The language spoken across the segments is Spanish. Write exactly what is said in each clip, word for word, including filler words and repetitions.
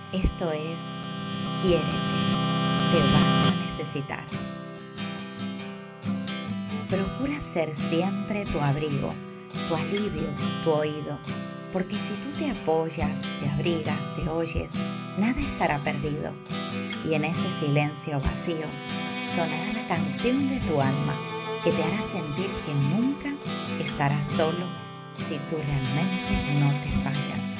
Esto es Quiérete, te vas a necesitar. Procura ser siempre tu abrigo, tu alivio, tu oído, porque si tú te apoyas, te abrigas, te oyes, nada estará perdido. Y en ese silencio vacío sonará la canción de tu alma que te hará sentir que nunca estarás solo si tú realmente no te fallas.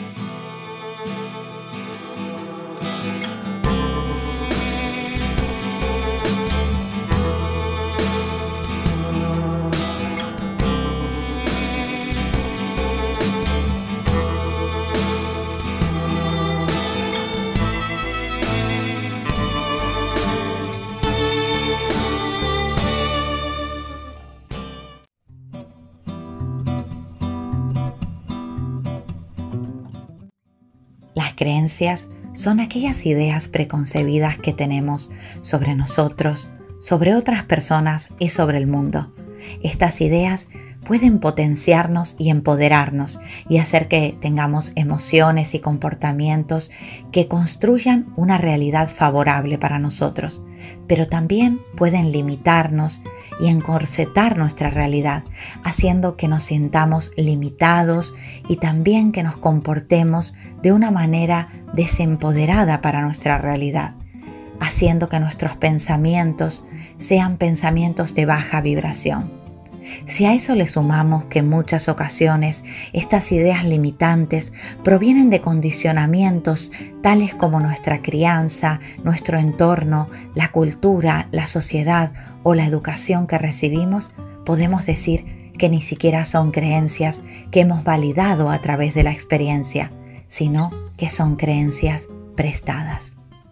Las creencias son aquellas ideas preconcebidas que tenemos sobre nosotros, sobre otras personas y sobre el mundo. Estas ideas pueden potenciarnos y empoderarnos y hacer que tengamos emociones y comportamientos que construyan una realidad favorable para nosotros, pero también pueden limitarnos y encorsetar nuestra realidad, haciendo que nos sintamos limitados y también que nos comportemos de una manera desempoderada para nuestra realidad, haciendo que nuestros pensamientos sean pensamientos de baja vibración. Si a eso le sumamos que en muchas ocasiones estas ideas limitantes provienen de condicionamientos tales como nuestra crianza, nuestro entorno, la cultura, la sociedad o la educación que recibimos, podemos decir que ni siquiera son creencias que hemos validado a través de la experiencia, sino que son creencias prestadas.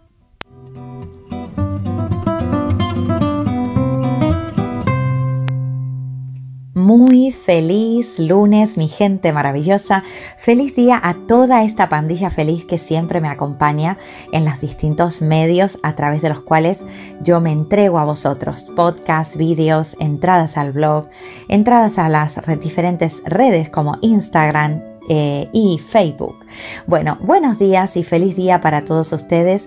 Muy feliz lunes, mi gente maravillosa. Feliz día a toda esta pandilla feliz que siempre me acompaña en los distintos medios a través de los cuales yo me entrego a vosotros. Podcasts, vídeos, entradas al blog, entradas a las diferentes redes como Instagram Eh, y Facebook. Bueno, buenos días y feliz día para todos ustedes.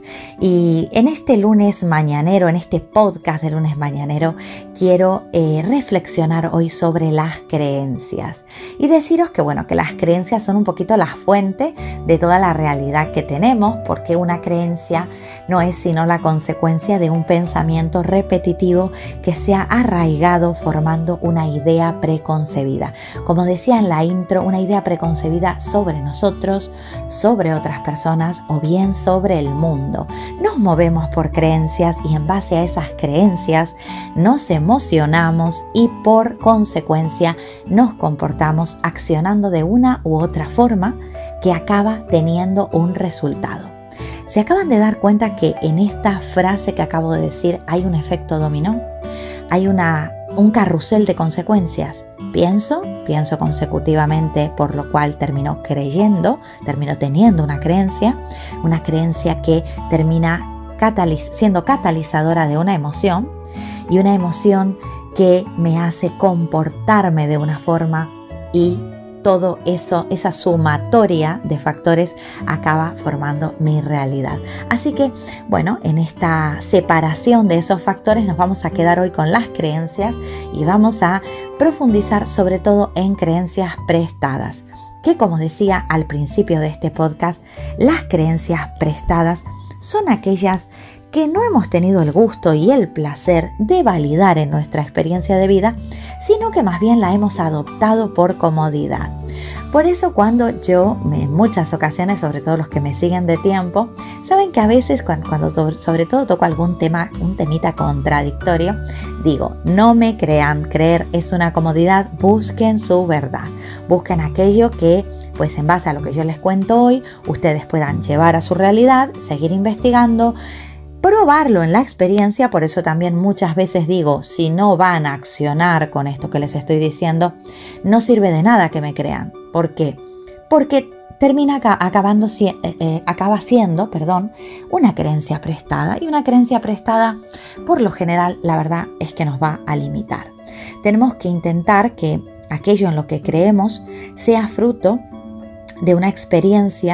Y en este lunes mañanero, en este podcast de lunes mañanero, quiero eh, reflexionar hoy sobre las creencias y deciros que bueno, que las creencias son un poquito la fuente de toda la realidad que tenemos, porque una creencia no es sino la consecuencia de un pensamiento repetitivo que se ha arraigado formando una idea preconcebida. Como decía en la intro, una idea preconcebida sobre nosotros, sobre otras personas o bien sobre el mundo. Nos movemos por creencias y en base a esas creencias nos emocionamos y por consecuencia nos comportamos accionando de una u otra forma que acaba teniendo un resultado. ¿Se acaban de dar cuenta que en esta frase que acabo de decir hay un efecto dominó? Hay una, un carrusel de consecuencias. Pienso, pienso consecutivamente, por lo cual termino creyendo, termino teniendo una creencia, una creencia que termina cataliz- siendo catalizadora de una emoción y una emoción que me hace comportarme de una forma y todo eso, esa sumatoria de factores acaba formando mi realidad. Así que, bueno, en esta separación de esos factores nos vamos a quedar hoy con las creencias y vamos a profundizar sobre todo en creencias prestadas, que como decía al principio de este podcast, las creencias prestadas son aquellas que no hemos tenido el gusto y el placer de validar en nuestra experiencia de vida, sino que más bien la hemos adoptado por comodidad. Por eso cuando yo, en muchas ocasiones, sobre todo los que me siguen de tiempo, saben que a veces cuando, cuando sobre todo toco algún tema, un temita contradictorio, digo, no me crean, creer es una comodidad, busquen su verdad, busquen aquello que, pues en base a lo que yo les cuento hoy, ustedes puedan llevar a su realidad, seguir investigando, probarlo en la experiencia. Por eso también muchas veces digo, si no van a accionar con esto que les estoy diciendo, no sirve de nada que me crean. ¿Por qué? Porque termina acabando, eh, eh, acaba siendo, perdón, una creencia prestada. Y una creencia prestada, por lo general, la verdad es que nos va a limitar. Tenemos que intentar que aquello en lo que creemos sea fruto de una experiencia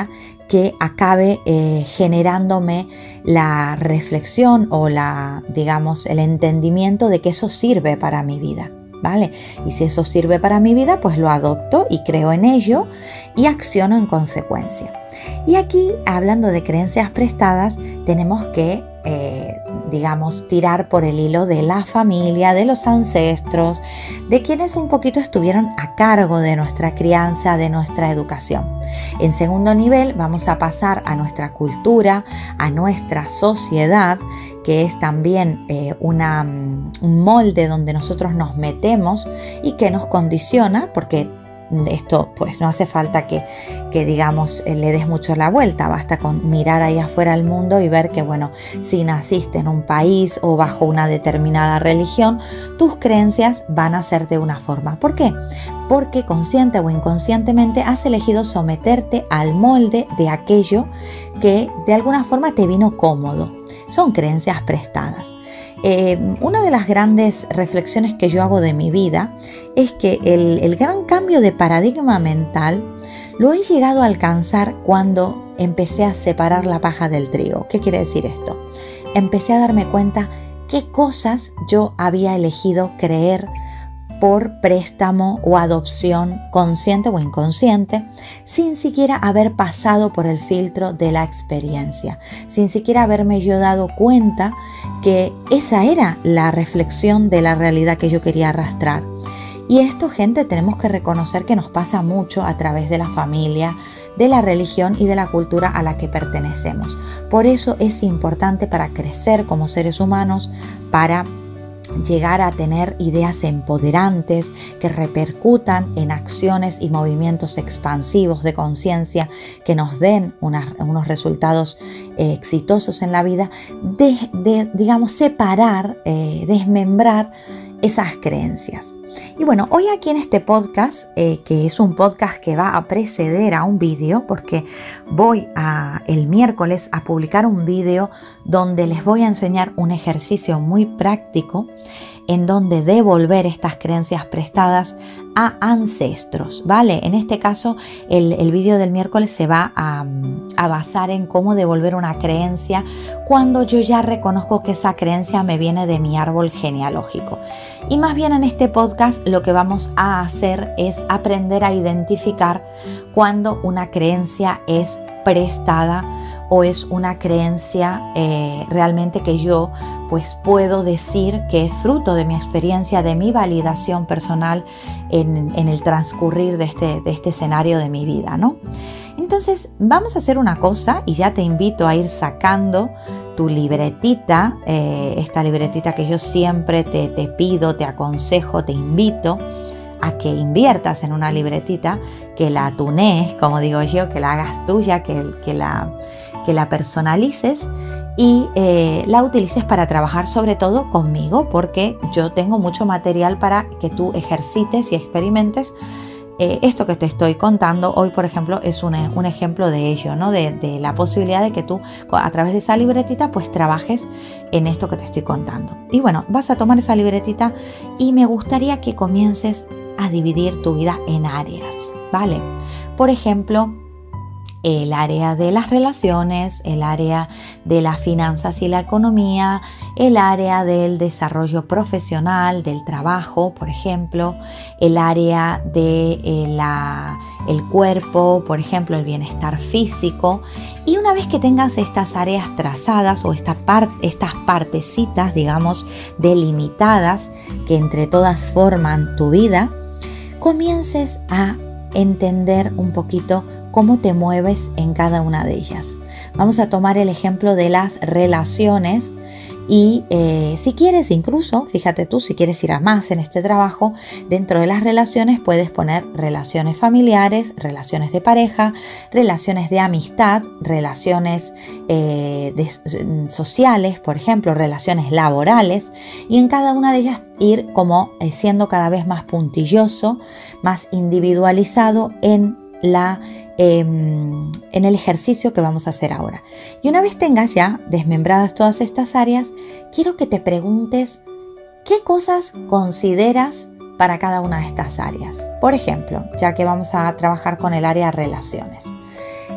que acabe eh, generándome la reflexión o la, digamos, el entendimiento de que eso sirve para mi vida, ¿vale? Y si eso sirve para mi vida, pues lo adopto y creo en ello y acciono en consecuencia. Y aquí, hablando de creencias prestadas, tenemos que, eh, digamos, tirar por el hilo de la familia, de los ancestros, de quienes un poquito estuvieron a cargo de nuestra crianza, de nuestra educación. En segundo nivel, vamos a pasar a nuestra cultura, a nuestra sociedad, que es también eh, una, un molde donde nosotros nos metemos y que nos condiciona, porque esto pues no hace falta que, que digamos eh, le des mucho la vuelta, basta con mirar ahí afuera al mundo y ver que bueno, si naciste en un país o bajo una determinada religión, tus creencias van a ser de una forma. ¿Por qué? Porque consciente o inconscientemente has elegido someterte al molde de aquello que de alguna forma te vino cómodo. Son creencias prestadas. Eh, una de las grandes reflexiones que yo hago de mi vida es que el, el gran cambio de paradigma mental lo he llegado a alcanzar cuando empecé a separar la paja del trigo. ¿Qué quiere decir esto? Empecé a darme cuenta qué cosas yo había elegido creer por préstamo o adopción consciente o inconsciente, sin siquiera haber pasado por el filtro de la experiencia, sin siquiera haberme yo dado cuenta que esa era la reflexión de la realidad que yo quería arrastrar. Y esto, gente, tenemos que reconocer que nos pasa mucho a través de la familia, de la religión y de la cultura a la que pertenecemos. Por eso es importante para crecer como seres humanos, para llegar a tener ideas empoderantes que repercutan en acciones y movimientos expansivos de conciencia que nos den unas, unos resultados eh, exitosos en la vida, de, de digamos, separar, eh, desmembrar esas creencias. Y bueno, hoy aquí en este podcast, eh, que es un podcast que va a preceder a un vídeo, porque voy a, el miércoles a publicar un vídeo donde les voy a enseñar un ejercicio muy práctico en donde devolver estas creencias prestadas a ancestros, ¿vale? En este caso, el, el vídeo del miércoles se va a, a basar en cómo devolver una creencia cuando yo ya reconozco que esa creencia me viene de mi árbol genealógico. Y más bien en este podcast lo que vamos a hacer es aprender a identificar cuando una creencia es prestada o es una creencia eh, realmente que yo pues puedo decir que es fruto de mi experiencia, de mi validación personal en, en el transcurrir de este, de este escenario de mi vida, ¿no? Entonces vamos a hacer una cosa y ya te invito a ir sacando tu libretita, eh, esta libretita que yo siempre te, te pido, te aconsejo, te invito a que inviertas en una libretita, que la tunees, como digo yo, que la hagas tuya, que, que, la, que la personalices y eh, la utilices para trabajar sobre todo conmigo, porque yo tengo mucho material para que tú ejercites y experimentes. Eh, esto que te estoy contando hoy, por ejemplo, es un, un ejemplo de ello, ¿no? De, de la posibilidad de que tú a través de esa libretita pues trabajes en esto que te estoy contando. Y bueno, vas a tomar esa libretita y me gustaría que comiences a dividir tu vida en áreas, ¿vale? Por ejemplo, el área de las relaciones, el área de las finanzas y la economía, el área del desarrollo profesional, del trabajo, por ejemplo, el área de eh, la, el cuerpo, por ejemplo, el bienestar físico. Y una vez que tengas estas áreas trazadas o esta par, estas partecitas, digamos, delimitadas, que entre todas forman tu vida, comiences a entender un poquito cómo te mueves en cada una de ellas. Vamos a tomar el ejemplo de las relaciones y eh, si quieres incluso, fíjate tú, si quieres ir a más en este trabajo, dentro de las relaciones puedes poner relaciones familiares, relaciones de pareja, relaciones de amistad, relaciones eh, de, sociales, por ejemplo, relaciones laborales, y en cada una de ellas ir como eh, siendo cada vez más puntilloso, más individualizado en la Eh, en el ejercicio que vamos a hacer ahora. Y una vez tengas ya desmembradas todas estas áreas, quiero que te preguntes qué cosas consideras para cada una de estas áreas. Por ejemplo, ya que vamos a trabajar con el área relaciones,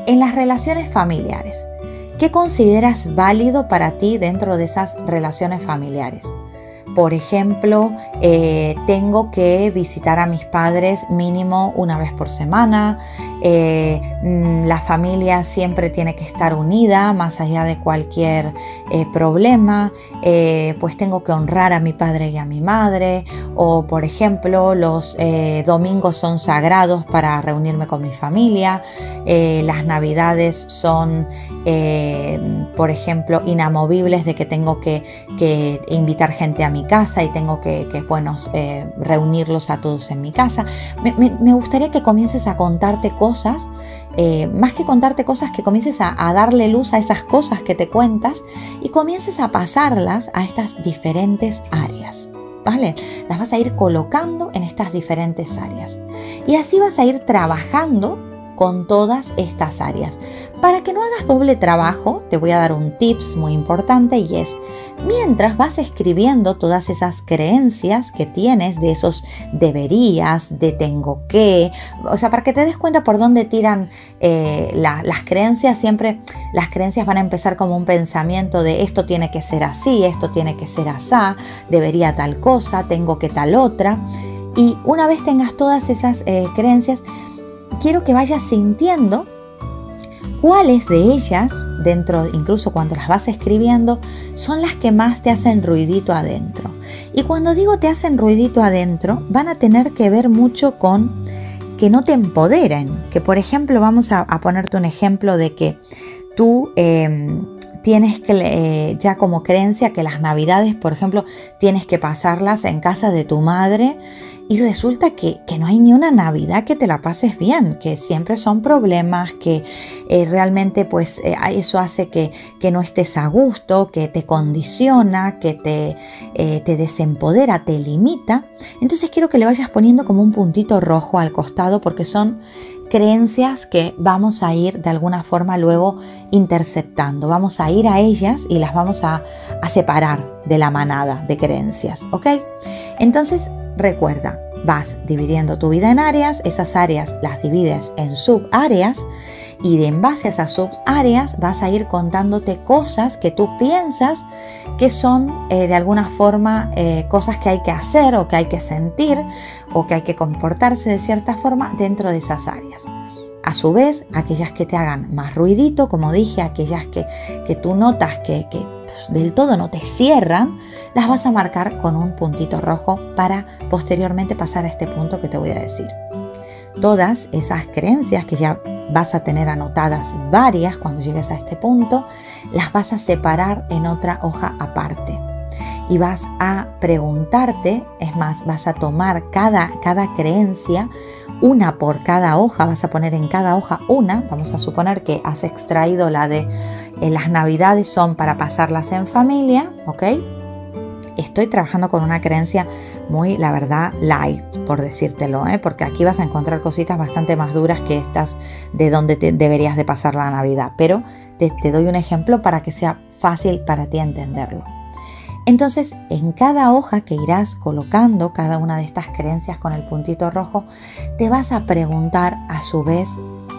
En las relaciones familiares, ¿qué consideras válido para ti dentro de esas relaciones familiares? Por ejemplo, eh, tengo que visitar a mis padres mínimo una vez por semana. Eh, la familia siempre tiene que estar unida más allá de cualquier eh, problema. Eh, pues tengo que honrar a mi padre y a mi madre. O por ejemplo, los eh, domingos son sagrados para reunirme con mi familia. Eh, las navidades son, eh, por ejemplo, inamovibles de que tengo que, que invitar gente a mi casa y tengo que, que bueno, eh, reunirlos a todos en mi casa. Me, me, me gustaría que comiences a contarte cosas, eh, más que contarte cosas, que comiences a, a darle luz a esas cosas que te cuentas y comiences a pasarlas a estas diferentes áreas, ¿vale? Las vas a ir colocando en estas diferentes áreas y así vas a ir trabajando con todas estas áreas. Para que no hagas doble trabajo, te voy a dar un tips muy importante y es, mientras vas escribiendo todas esas creencias que tienes de esos deberías, de tengo que, o sea, para que te des cuenta por dónde tiran eh, la, las creencias, siempre las creencias van a empezar como un pensamiento de esto tiene que ser así, esto tiene que ser asá, debería tal cosa, tengo que tal otra. Y una vez tengas todas esas eh, creencias, quiero que vayas sintiendo cuáles de ellas, dentro, incluso cuando las vas escribiendo, son las que más te hacen ruidito adentro. Y cuando digo te hacen ruidito adentro, van a tener que ver mucho con que no te empoderen. Que por ejemplo, vamos a, a ponerte un ejemplo de que tú eh, tienes que, eh, ya como creencia que las navidades, por ejemplo, tienes que pasarlas en casa de tu madre. Y resulta que, que no hay ni una Navidad que te la pases bien, que siempre son problemas, que eh, realmente pues eh, eso hace que, que no estés a gusto, que te condiciona, que te, eh, te desempodera, te limita. Entonces quiero que le vayas poniendo como un puntito rojo al costado porque son creencias que vamos a ir de alguna forma luego interceptando. Vamos a ir a ellas y las vamos a, a separar de la manada de creencias, ¿ok? Entonces, recuerda, vas dividiendo tu vida en áreas, esas áreas las divides en subáreas y de en base a esas subáreas vas a ir contándote cosas que tú piensas que son eh, de alguna forma eh, cosas que hay que hacer o que hay que sentir o que hay que comportarse de cierta forma dentro de esas áreas. A su vez, aquellas que te hagan más ruidito, como dije, aquellas que, que tú notas que, que del todo no te cierran, las vas a marcar con un puntito rojo para posteriormente pasar a este punto que te voy a decir. Todas esas creencias que ya vas a tener anotadas varias cuando llegues a este punto, las vas a separar en otra hoja aparte. Y vas a preguntarte, es más, vas a tomar cada, cada creencia, una por cada hoja, vas a poner en cada hoja una. Vamos a suponer que has extraído la de eh, las navidades son para pasarlas en familia, ¿ok? Estoy trabajando con una creencia muy, la verdad, light, por decírtelo, ¿eh? Porque aquí vas a encontrar cositas bastante más duras que estas de donde te deberías de pasar la Navidad. Pero te, te doy un ejemplo para que sea fácil para ti entenderlo. Entonces, en cada hoja que irás colocando cada una de estas creencias con el puntito rojo, te vas a preguntar a su vez,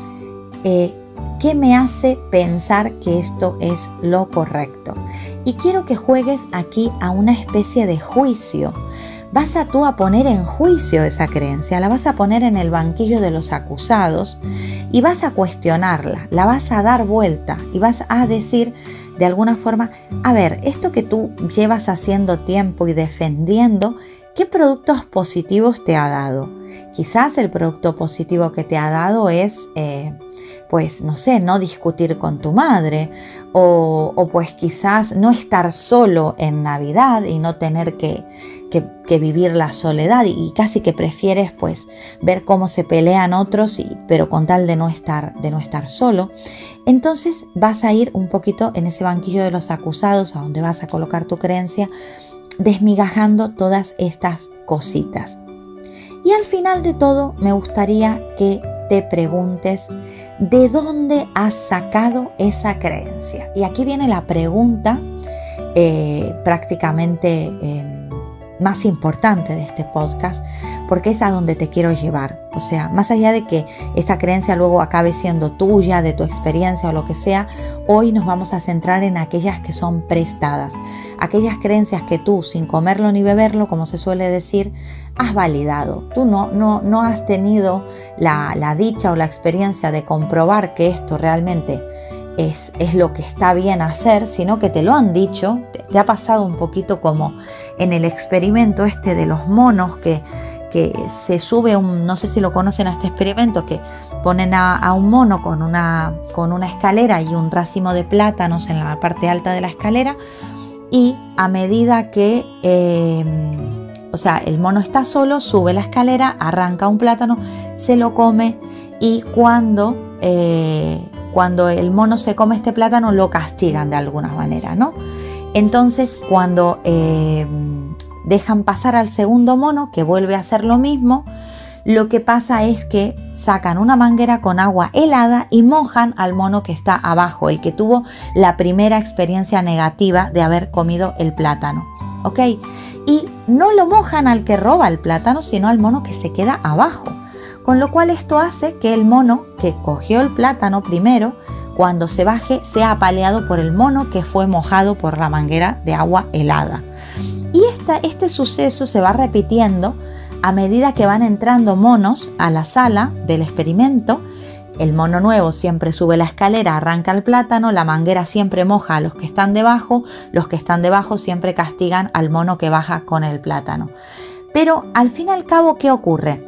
eh, ¿qué me hace pensar que esto es lo correcto? Y quiero que juegues aquí a una especie de juicio. Vas a tú a poner en juicio esa creencia, la vas a poner en el banquillo de los acusados y vas a cuestionarla, la vas a dar vuelta y vas a decir de alguna forma, a ver, esto que tú llevas haciendo tiempo y defendiendo, ¿qué productos positivos te ha dado? Quizás el producto positivo que te ha dado es, eh, pues no sé, no discutir con tu madre o, o pues quizás no estar solo en Navidad y no tener que, que, que vivir la soledad y, y casi que prefieres pues ver cómo se pelean otros, y, pero con tal de no estar, de no estar solo. Entonces vas a ir un poquito en ese banquillo de los acusados a donde vas a colocar tu creencia, desmigajando todas estas cositas. Y al final de todo me gustaría que te preguntes ¿de dónde has sacado esa creencia? Y aquí viene la pregunta eh, prácticamente eh, más importante de este podcast, porque es a donde te quiero llevar. O sea, más allá de que esta creencia luego acabe siendo tuya, de tu experiencia o lo que sea, hoy nos vamos a centrar en aquellas que son prestadas. Aquellas creencias que tú, sin comerlo ni beberlo, como se suele decir, has validado. Tú no, no, no has tenido la, la dicha o la experiencia de comprobar que esto realmente Es, es lo que está bien hacer, sino que te lo han dicho. Te, te ha pasado un poquito como en el experimento este de los monos que, que se sube un, no sé si lo conocen a este experimento, que ponen a, a un mono con una, con una escalera y un racimo de plátanos en la parte alta de la escalera, y a medida que eh, o sea, el mono está solo, sube la escalera, arranca un plátano, se lo come, y cuando eh, Cuando el mono se come este plátano, lo castigan de alguna manera, ¿no? Entonces, cuando eh, dejan pasar al segundo mono, que vuelve a hacer lo mismo, lo que pasa es que sacan una manguera con agua helada y mojan al mono que está abajo, el que tuvo la primera experiencia negativa de haber comido el plátano, ¿ok? Y no lo mojan al que roba el plátano, sino al mono que se queda abajo. Con lo cual esto hace que el mono que cogió el plátano primero, cuando se baje, sea apaleado por el mono que fue mojado por la manguera de agua helada. Y esta, este suceso se va repitiendo a medida que van entrando monos a la sala del experimento. El mono nuevo siempre sube la escalera, arranca el plátano, la manguera siempre moja a los que están debajo, los que están debajo siempre castigan al mono que baja con el plátano. Pero al fin y al cabo, ¿qué ocurre?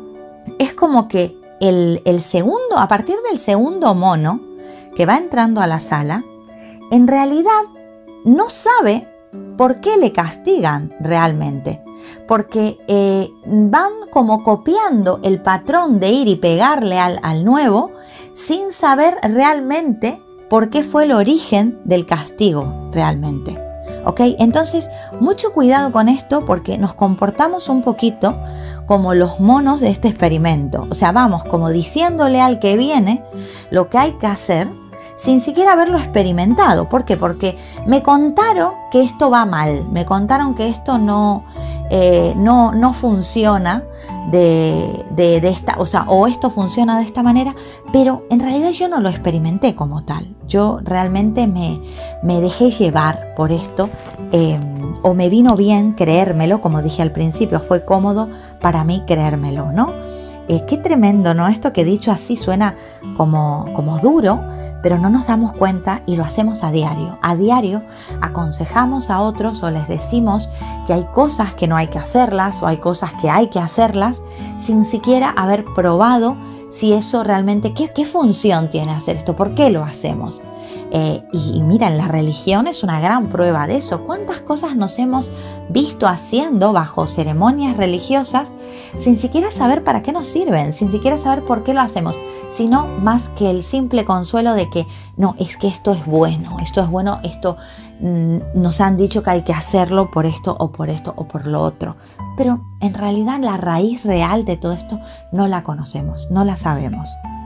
Es como que el, el segundo, a partir del segundo mono que va entrando a la sala, en realidad no sabe por qué le castigan realmente. Porque eh, van como copiando el patrón de ir y pegarle al, al nuevo sin saber realmente por qué fue el origen del castigo realmente. ¿Ok? Entonces, mucho cuidado con esto, porque nos comportamos un poquito como los monos de este experimento. O sea, vamos como diciéndole al que viene lo que hay que hacer sin siquiera haberlo experimentado. ¿Por qué? Porque me contaron que esto va mal, me contaron que esto no, eh, no, no funciona de, de, de esta, o sea, o esto funciona de esta manera, pero en realidad yo no lo experimenté como tal. Yo realmente me, me dejé llevar por esto, eh, o me vino bien creérmelo, como dije al principio, fue cómodo para mí creérmelo, ¿no? Eh, qué tremendo, ¿no? Esto que dicho así suena como, como duro, pero no nos damos cuenta y lo hacemos a diario. A diario aconsejamos a otros o les decimos que hay cosas que no hay que hacerlas o hay cosas que hay que hacerlas sin siquiera haber probado si eso realmente, ¿qué, qué función tiene hacer esto? ¿Por qué lo hacemos? Eh, y, y mira, la religión es una gran prueba de eso. ¿Cuántas cosas nos hemos visto haciendo bajo ceremonias religiosas sin siquiera saber para qué nos sirven, sin siquiera saber por qué lo hacemos, sino más que el simple consuelo de que no, es que esto es bueno, esto es bueno, esto mmm, nos han dicho que hay que hacerlo por esto o por esto o por lo otro. Pero en realidad la raíz real de todo esto no la conocemos, no la sabemos.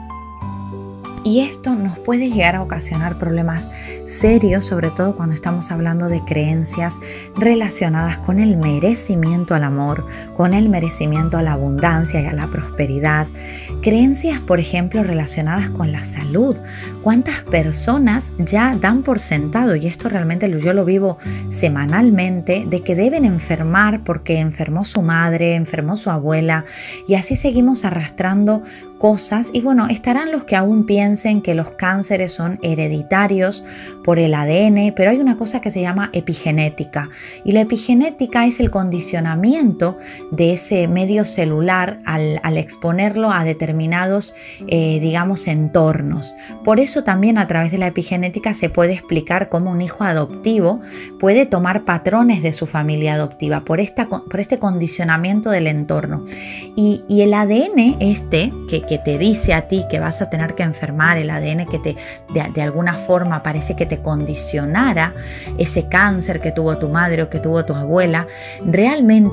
Y esto nos puede llegar a ocasionar problemas serios, sobre todo cuando estamos hablando de creencias relacionadas con el merecimiento al amor, con el merecimiento a la abundancia y a la prosperidad. Creencias, por ejemplo, relacionadas con la salud. ¿Cuántas personas ya dan por sentado, y esto realmente yo lo vivo semanalmente, de que deben enfermar porque enfermó su madre, enfermó su abuela, y así seguimos arrastrando cosas? Y bueno, estarán los que aún piensen que los cánceres son hereditarios por el A D N, pero hay una cosa que se llama epigenética, y la epigenética es el condicionamiento de ese medio celular al, al exponerlo a determinados, eh, digamos, entornos. Por eso también a través de la epigenética se puede explicar cómo un hijo adoptivo puede tomar patrones de su familia adoptiva por, esta, por este condicionamiento del entorno. Y, y el A D N este, que, que te dice a ti que vas a tener que enfermar, el A D N que te, de, de alguna forma parece que te condicionara ese cáncer que tuvo tu madre o que tuvo tu abuela, realmente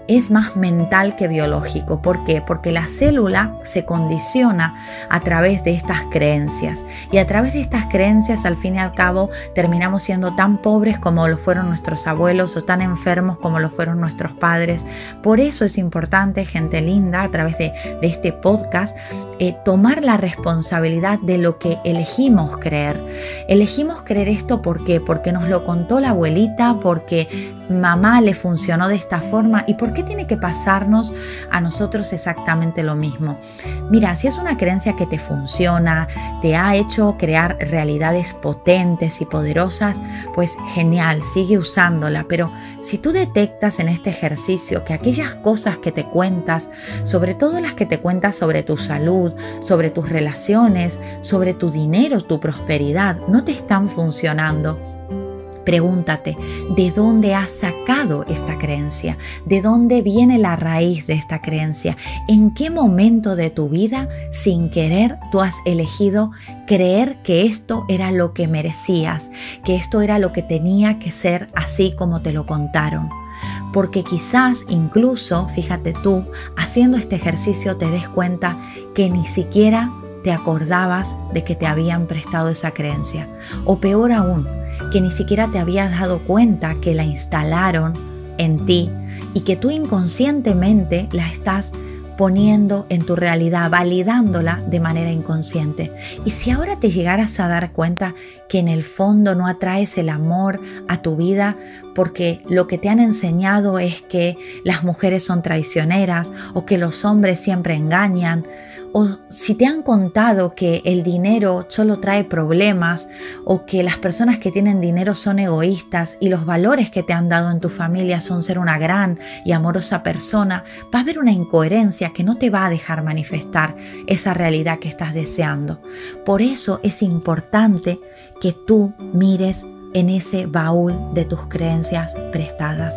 es más mental que biológico. ¿Por qué? Porque la célula se condiciona a través de estas creencias, y a través de estas creencias, al fin y al cabo, terminamos siendo tan pobres como lo fueron nuestros abuelos, o tan enfermos como lo fueron nuestros padres. Por eso es importante, gente linda, a través de, de este podcast, eh, tomar la responsabilidad de lo que elegimos creer. Elegimos creer esto, ¿por qué? Porque nos lo contó la abuelita, porque mamá le funcionó de esta forma. ¿Y por qué tiene que pasarnos a nosotros exactamente lo mismo? Mira, si es una creencia que te funciona, te ha hecho crear realidades potentes y poderosas, pues genial, sigue usándola. Pero si tú detectas en este ejercicio que aquellas cosas que te cuentas, sobre todo las que te cuentas sobre tu salud, sobre tus relaciones, sobre tu dinero, tu prosperidad, no te están funcionando, pregúntate, ¿de dónde has sacado esta creencia? ¿De dónde viene la raíz de esta creencia? ¿En qué momento de tu vida, sin querer, tú has elegido creer que esto era lo que merecías, que esto era lo que tenía que ser así como te lo contaron? Porque quizás incluso, fíjate tú, haciendo este ejercicio te des cuenta que ni siquiera te acordabas de que te habían prestado esa creencia. O peor aún, que ni siquiera te habías dado cuenta que la instalaron en ti y que tú inconscientemente la estás poniendo en tu realidad, validándola de manera inconsciente. Y si ahora te llegaras a dar cuenta que en el fondo no atraes el amor a tu vida porque lo que te han enseñado es que las mujeres son traicioneras, o que los hombres siempre engañan, o si te han contado que el dinero solo trae problemas, o que las personas que tienen dinero son egoístas y los valores que te han dado en tu familia son ser una gran y amorosa persona, va a haber una incoherencia que no te va a dejar manifestar esa realidad que estás deseando. Por eso es importante que tú mires en ese baúl de tus creencias prestadas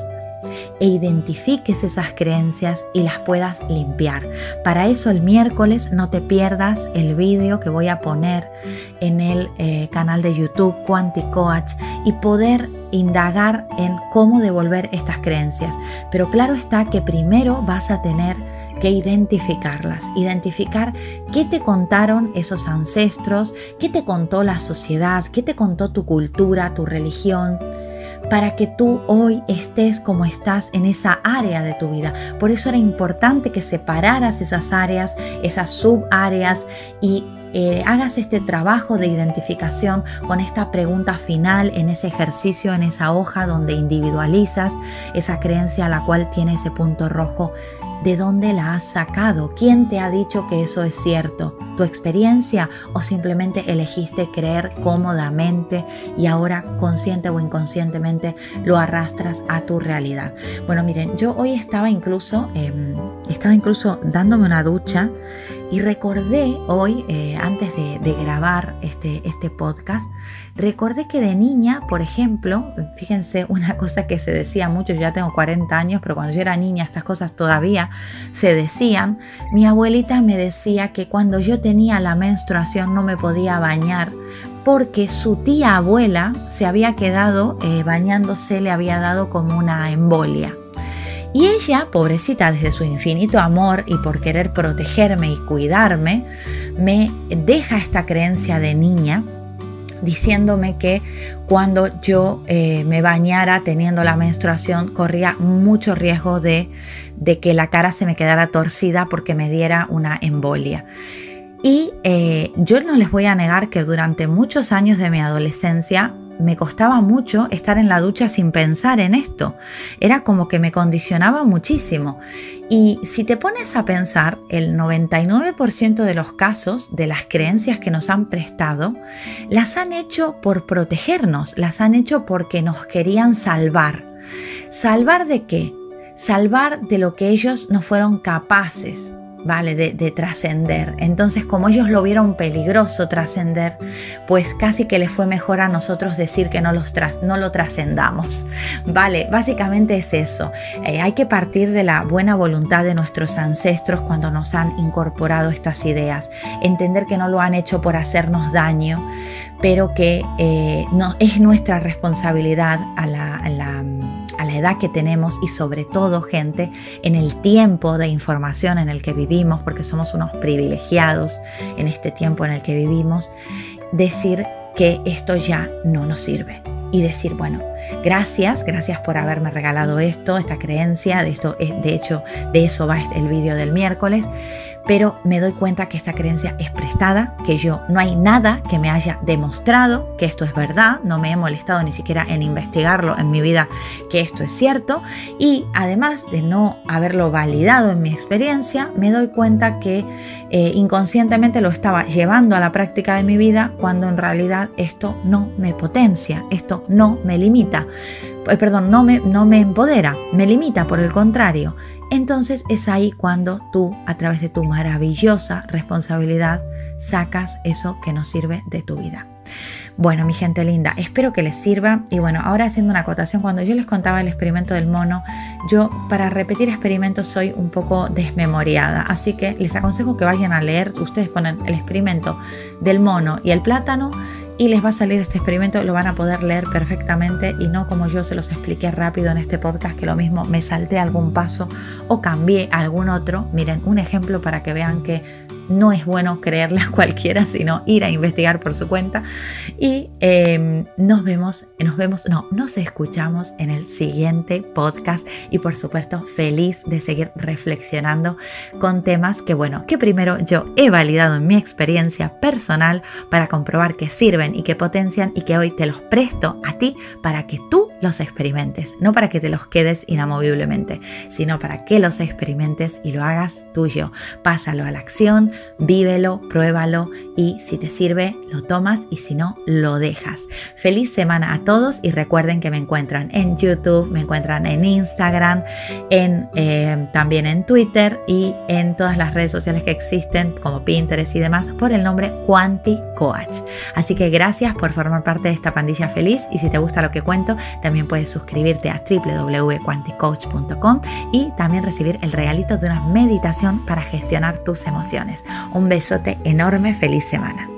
e identifiques esas creencias y las puedas limpiar. Para eso el miércoles no te pierdas el vídeo que voy a poner en el eh, canal de YouTube Quantic Coach, y poder indagar en cómo devolver estas creencias. Pero claro está que primero vas a tener que identificarlas, identificar qué te contaron esos ancestros, qué te contó la sociedad, qué te contó tu cultura, tu religión, para que tú hoy estés como estás en esa área de tu vida. Por eso era importante que separaras esas áreas, esas subáreas, y eh, hagas este trabajo de identificación con esta pregunta final en ese ejercicio, en esa hoja donde individualizas esa creencia a la cual tiene ese punto rojo. ¿De dónde la has sacado? ¿Quién te ha dicho que eso es cierto? ¿Tu experiencia, o simplemente elegiste creer cómodamente y ahora consciente o inconscientemente lo arrastras a tu realidad? Bueno, miren, yo hoy estaba incluso, eh, estaba incluso dándome una ducha y recordé hoy, eh, antes de, de grabar este, este podcast, recordé que de niña, por ejemplo, fíjense una cosa que se decía mucho, yo ya tengo cuarenta años, pero cuando yo era niña estas cosas todavía se decían. Mi abuelita me decía que cuando yo tenía la menstruación no me podía bañar porque su tía abuela se había quedado eh, bañándose, le había dado como una embolia. Y ella, pobrecita, desde su infinito amor y por querer protegerme y cuidarme, me deja esta creencia de niña, diciéndome que cuando yo eh, me bañara teniendo la menstruación corría mucho riesgo de, de que la cara se me quedara torcida porque me diera una embolia. Y eh, yo no les voy a negar que durante muchos años de mi adolescencia me costaba mucho estar en la ducha sin pensar en esto. Era como que me condicionaba muchísimo. Y si te pones a pensar, el noventa y nueve por ciento de los casos de las creencias que nos han prestado, las han hecho por protegernos, las han hecho porque nos querían salvar. ¿Salvar de qué? Salvar de lo que ellos no fueron capaces, ¿vale? De, de trascender. Entonces, como ellos lo vieron peligroso trascender, pues casi que les fue mejor a nosotros decir que no, los tras, no lo trascendamos, ¿vale? Básicamente es eso. Eh, hay que partir de la buena voluntad de nuestros ancestros cuando nos han incorporado estas ideas. Entender que no lo han hecho por hacernos daño, pero que eh, no, es nuestra responsabilidad a la, a la a la edad que tenemos y sobre todo, gente, en el tiempo de información en el que vivimos, porque somos unos privilegiados en este tiempo en el que vivimos, decir que esto ya no nos sirve. Y decir, bueno, gracias, gracias por haberme regalado esto, esta creencia, de esto, de hecho, de eso va el vídeo del miércoles, pero me doy cuenta que esta creencia es prestada, que yo no hay nada que me haya demostrado que esto es verdad, no me he molestado ni siquiera en investigarlo en mi vida que esto es cierto, y además de no haberlo validado en mi experiencia, me doy cuenta que eh, inconscientemente lo estaba llevando a la práctica de mi vida cuando en realidad esto no me potencia, esto no me limita, eh, perdón, no me, no me empodera, me limita por el contrario. Entonces es ahí cuando tú, a través de tu maravillosa responsabilidad, sacas eso que no sirve de tu vida. Bueno, mi gente linda, espero que les sirva. Y bueno, ahora haciendo una acotación, cuando yo les contaba el experimento del mono, yo para repetir experimentos soy un poco desmemoriada, así que les aconsejo que vayan a leer. Ustedes ponen el experimento del mono y el plátano y les va a salir este experimento, lo van a poder leer perfectamente y no como yo se los expliqué rápido en este podcast, que lo mismo me salté algún paso o cambié algún otro. Miren, un ejemplo para que vean que no es bueno creerle a cualquiera, sino ir a investigar por su cuenta. Y eh, nos vemos, nos vemos, no, nos escuchamos en el siguiente podcast. Y por supuesto, feliz de seguir reflexionando con temas que, bueno, que primero yo he validado en mi experiencia personal para comprobar que sirven y que potencian, y que hoy te los presto a ti para que tú los experimentes, no para que te los quedes inamoviblemente, sino para que los experimentes y lo hagas tuyo. Pásalo a la acción, vívelo, pruébalo y si te sirve lo tomas y si no lo dejas. Feliz semana a todos y recuerden que me encuentran en YouTube, me encuentran en Instagram, en, eh, también en Twitter y en todas las redes sociales que existen como Pinterest y demás por el nombre Quanti Coach. Así que gracias por formar parte de esta pandilla feliz y si te gusta lo que cuento también puedes suscribirte a w w w punto quanti coach punto com y también recibir el regalito de una meditación para gestionar tus emociones. Un besote enorme, feliz semana.